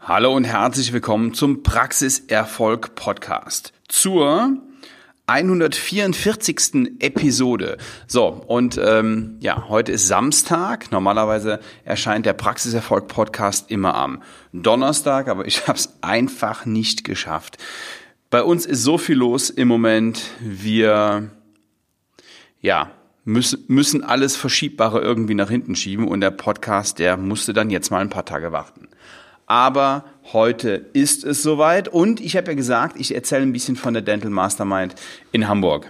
Hallo und herzlich willkommen zum Praxiserfolg Podcast zur 144. Episode. So, und heute ist Samstag. Normalerweise erscheint der Praxiserfolg Podcast immer am Donnerstag, aber ich habe es einfach nicht geschafft. Bei uns ist so viel los im Moment. Wir müssen alles Verschiebbare irgendwie nach hinten schieben und der Podcast, der musste dann jetzt mal ein paar Tage warten. Aber heute ist es soweit und ich habe ja gesagt, ich erzähle ein bisschen von der Dental Mastermind in Hamburg.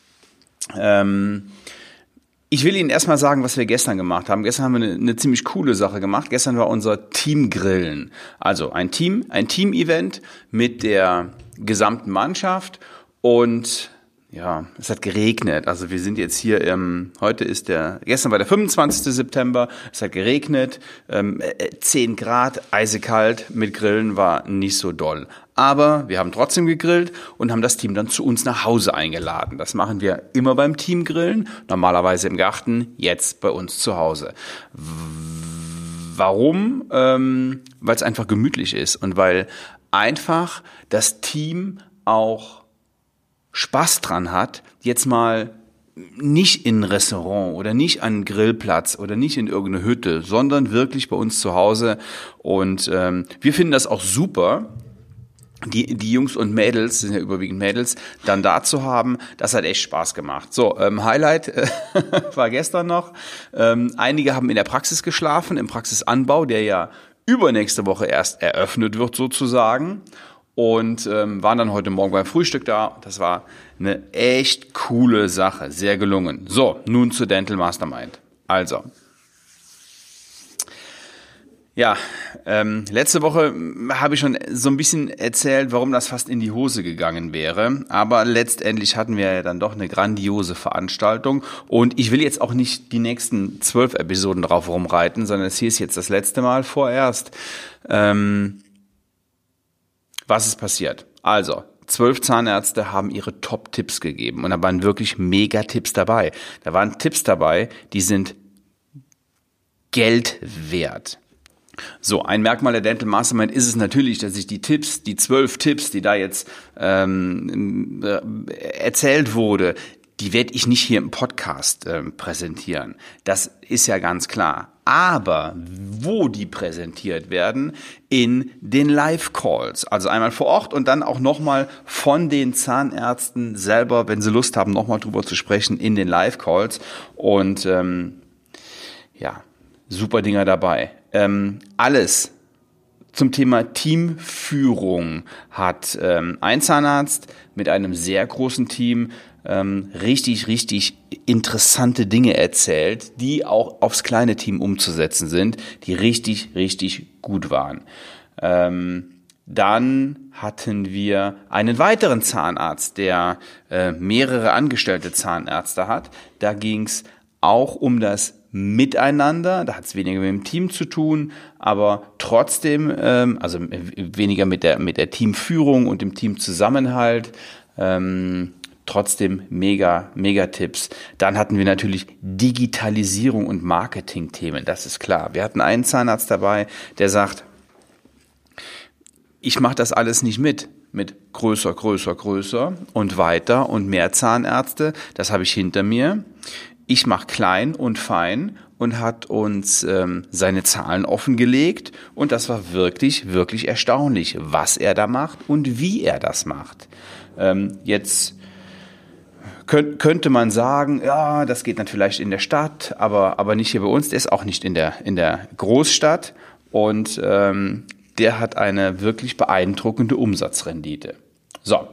Ich will Ihnen erstmal sagen, was wir gestern gemacht haben. Gestern haben wir eine ziemlich coole Sache gemacht. Gestern war unser Teamgrillen. Also ein Team-Event mit der gesamten Mannschaft und ja, es hat geregnet. Also wir sind jetzt hier gestern war der 25. September, es hat geregnet, 10 Grad, eisekalt, mit Grillen war nicht so doll. Aber wir haben trotzdem gegrillt und haben das Team dann zu uns nach Hause eingeladen. Das machen wir immer beim Teamgrillen, normalerweise im Garten, jetzt bei uns zu Hause. Warum? Weil es einfach gemütlich ist und weil einfach das Team auch Spaß dran hat, jetzt mal nicht in ein Restaurant oder nicht an einen Grillplatz oder nicht in irgendeine Hütte, sondern wirklich bei uns zu Hause. Und wir finden das auch super, die Jungs und Mädels, sind ja überwiegend Mädels, dann da zu haben. Das hat echt Spaß gemacht. So, Highlight war gestern noch. Einige haben in der Praxis geschlafen, im Praxisanbau, der ja übernächste Woche erst eröffnet wird sozusagen. Und waren dann heute Morgen beim Frühstück da. Das war eine echt coole Sache, sehr gelungen. So, nun zur Dental Mastermind. Also, ja, letzte Woche habe ich schon so ein bisschen erzählt, warum das fast in die Hose gegangen wäre. Aber letztendlich hatten wir ja dann doch eine grandiose Veranstaltung. Und ich will jetzt auch nicht die nächsten 12 Episoden drauf rumreiten, sondern es hier ist jetzt das letzte Mal vorerst. Was ist passiert? Also, 12 Zahnärzte haben ihre Top-Tipps gegeben und da waren wirklich Mega-Tipps dabei. Da waren Tipps dabei, die sind Geld wert. So, ein Merkmal der Dental Mastermind ist es natürlich, dass ich die 12 Tipps, die da jetzt erzählt wurde, die werde ich nicht hier im Podcast präsentieren. Das ist ja ganz klar. Aber wo die präsentiert werden? In den Live-Calls. Also einmal vor Ort und dann auch nochmal von den Zahnärzten selber, wenn sie Lust haben, nochmal drüber zu sprechen, in den Live-Calls. Und super Dinger dabei. Alles zum Thema Teamführung hat ein Zahnarzt mit einem sehr großen Team richtig interessante Dinge erzählt, die auch aufs kleine Team umzusetzen sind, die richtig gut waren. Dann hatten wir einen weiteren Zahnarzt, der mehrere angestellte Zahnärzte hat. Da ging es auch um das Miteinander, da hat es weniger mit dem Team zu tun, aber trotzdem, also weniger mit der Teamführung und dem Teamzusammenhalt, trotzdem mega Tipps. Dann hatten wir natürlich Digitalisierung und Marketing-Themen, das ist klar. Wir hatten einen Zahnarzt dabei, der sagt, ich mache das alles nicht mit größer und weiter und mehr Zahnärzte, das habe ich hinter mir. Ich mache klein und fein und hat uns seine Zahlen offengelegt und das war wirklich erstaunlich, was er da macht und wie er das macht. Jetzt könnte man sagen, ja, das geht dann vielleicht in der Stadt, aber nicht hier bei uns. Der ist auch nicht in der Großstadt und der hat eine wirklich beeindruckende Umsatzrendite. So.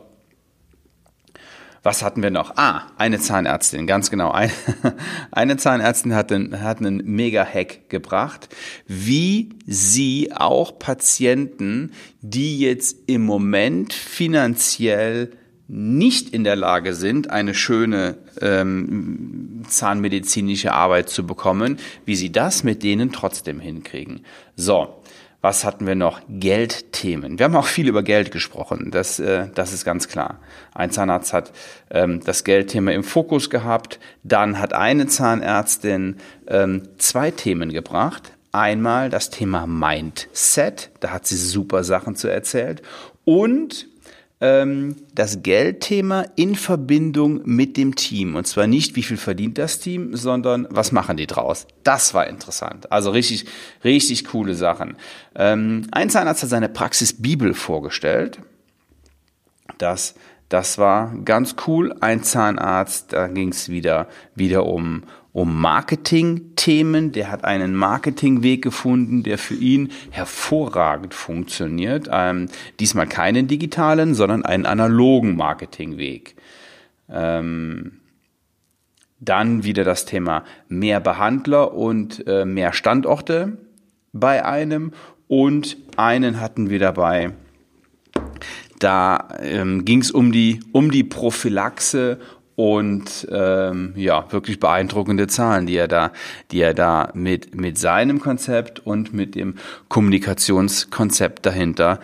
Was hatten wir noch? Eine Zahnärztin, ganz genau. Eine Zahnärztin hat einen Mega-Hack gebracht, wie sie auch Patienten, die jetzt im Moment finanziell nicht in der Lage sind, eine schöne zahnmedizinische Arbeit zu bekommen, wie sie das mit denen trotzdem hinkriegen. So. Was hatten wir noch? Geldthemen. Wir haben auch viel über Geld gesprochen, das ist ganz klar. Ein Zahnarzt hat das Geldthema im Fokus gehabt. Dann hat eine Zahnärztin 2 Themen gebracht. einmal das Thema Mindset, da hat sie super Sachen zu erzählt, und das Geldthema in Verbindung mit dem Team. Und zwar nicht, wie viel verdient das Team, sondern was machen die draus. Das war interessant. Also richtig, richtig coole Sachen. Ein Zahnarzt hat seine Praxis Bibel vorgestellt. Das war ganz cool. Ein Zahnarzt, da ging es wieder um Marketing-Themen. Der hat einen Marketingweg gefunden, der für ihn hervorragend funktioniert. Diesmal keinen digitalen, sondern einen analogen Marketingweg. Dann wieder das Thema mehr Behandler und mehr Standorte bei einem. Und einen hatten wir dabei. Da ging es um die Prophylaxe und wirklich beeindruckende Zahlen, die er da mit seinem Konzept und mit dem Kommunikationskonzept dahinter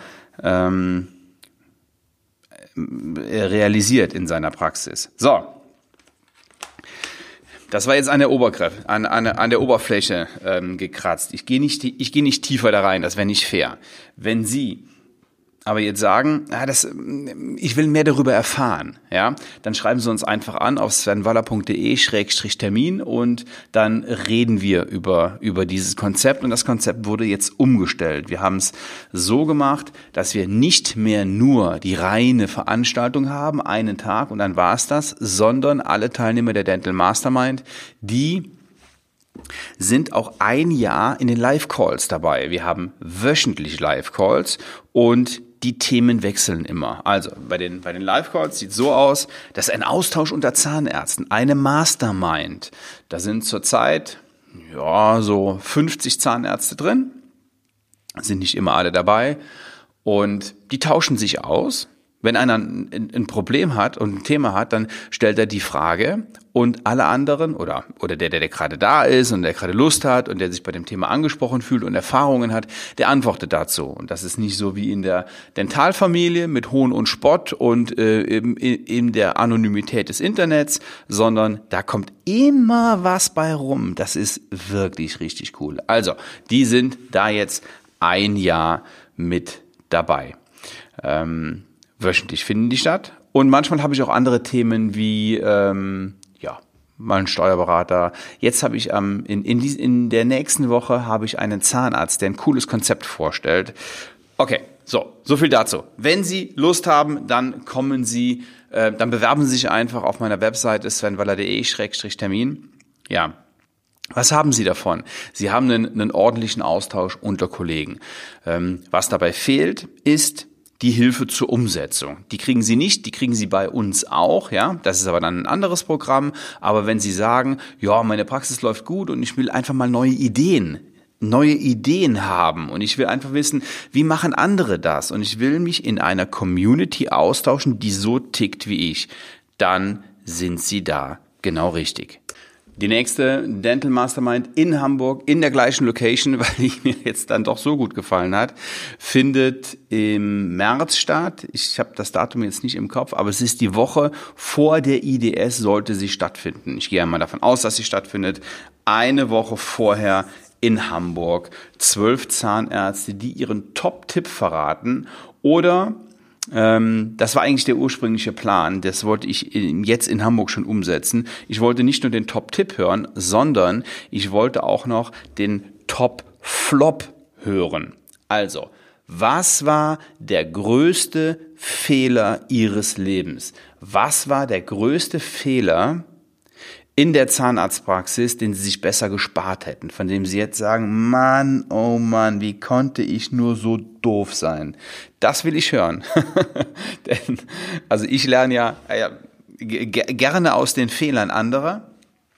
realisiert in seiner Praxis. So, das war jetzt an der Oberfläche gekratzt. Ich gehe nicht tiefer da rein, das wäre nicht fair. Wenn Sie aber jetzt sagen, ich will mehr darüber erfahren, ja, dann schreiben Sie uns einfach an auf svenwaller.de/termin und dann reden wir über dieses Konzept, und das Konzept wurde jetzt umgestellt. Wir haben es so gemacht, dass wir nicht mehr nur die reine Veranstaltung haben, einen Tag und dann war es das, sondern alle Teilnehmer der Dental Mastermind, die sind auch ein Jahr in den Live-Calls dabei. Wir haben wöchentlich Live-Calls und die Themen wechseln immer. Also bei den Live-Calls sieht es so aus, dass ein Austausch unter Zahnärzten, eine Mastermind, da sind zurzeit so 50 Zahnärzte drin, sind nicht immer alle dabei, und die tauschen sich aus. Wenn einer ein Problem hat und ein Thema hat, dann stellt er die Frage, und alle anderen oder der gerade da ist und der gerade Lust hat und der sich bei dem Thema angesprochen fühlt und Erfahrungen hat, der antwortet dazu. Und das ist nicht so wie in der Dentalfamilie mit Hohn und Spott und in der Anonymität des Internets, sondern da kommt immer was bei rum. Das ist wirklich richtig cool. Also, die sind da jetzt ein Jahr mit dabei. Wöchentlich finden die statt. Und manchmal habe ich auch andere Themen wie mal einen Steuerberater. Jetzt habe ich in der nächsten Woche habe ich einen Zahnarzt, der ein cooles Konzept vorstellt. Okay, so viel dazu. Wenn Sie Lust haben, dann bewerben Sie sich einfach auf meiner Webseite svenwaller.de/termin. Ja. Was haben Sie davon? Sie haben einen ordentlichen Austausch unter Kollegen. Was dabei fehlt, ist die Hilfe zur Umsetzung. Die kriegen Sie nicht, die kriegen Sie bei uns auch, ja. Das ist aber dann ein anderes Programm. Aber wenn Sie sagen, ja, meine Praxis läuft gut und ich will einfach mal neue Ideen haben und ich will einfach wissen, wie machen andere das, und ich will mich in einer Community austauschen, die so tickt wie ich, dann sind Sie da genau richtig. Die nächste Dental Mastermind in Hamburg, in der gleichen Location, weil die mir jetzt dann doch so gut gefallen hat, findet im März statt. Ich habe das Datum jetzt nicht im Kopf, aber es ist die Woche vor der IDS, sollte sie stattfinden. Ich gehe einmal davon aus, dass sie stattfindet. Eine Woche vorher in Hamburg. 12 Zahnärzte, die ihren Top-Tipp verraten, oder das war eigentlich der ursprüngliche Plan. Das wollte ich jetzt in Hamburg schon umsetzen. Ich wollte nicht nur den Top-Tipp hören, sondern ich wollte auch noch den Top-Flop hören. Also, was war der größte Fehler Ihres Lebens? Was war der größte Fehler in der Zahnarztpraxis, den Sie sich besser gespart hätten, von dem Sie jetzt sagen, Mann, oh Mann, wie konnte ich nur so doof sein? Das will ich hören. Also ich lerne gerne aus den Fehlern anderer.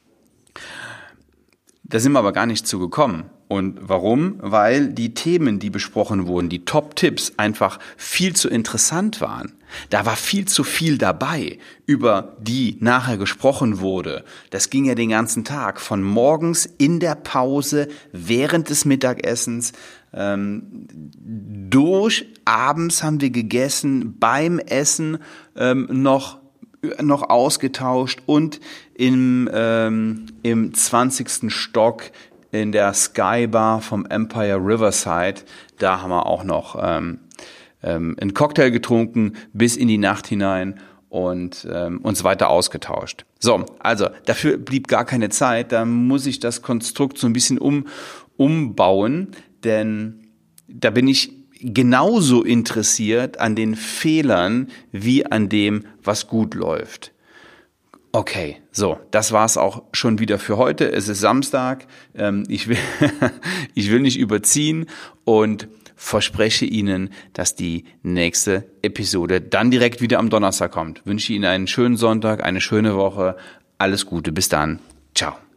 Da sind wir aber gar nicht zugekommen. Und warum? Weil die Themen, die besprochen wurden, die Top-Tipps einfach viel zu interessant waren. Da war viel zu viel dabei, über die nachher gesprochen wurde. Das ging ja den ganzen Tag, von morgens in der Pause, während des Mittagessens, durch abends haben wir gegessen, beim Essen noch ausgetauscht und im 20. Stock in der Sky Bar vom Empire Riverside. Da haben wir auch noch einen Cocktail getrunken bis in die Nacht hinein und uns weiter ausgetauscht. So, also dafür blieb gar keine Zeit. Da muss ich das Konstrukt so ein bisschen umbauen, denn da bin ich genauso interessiert an den Fehlern wie an dem, was gut läuft. Okay, so, das war's auch schon wieder für heute. Es ist Samstag. Ich will nicht überziehen und verspreche Ihnen, dass die nächste Episode dann direkt wieder am Donnerstag kommt. Wünsche Ihnen einen schönen Sonntag, eine schöne Woche. Alles Gute. Bis dann. Ciao.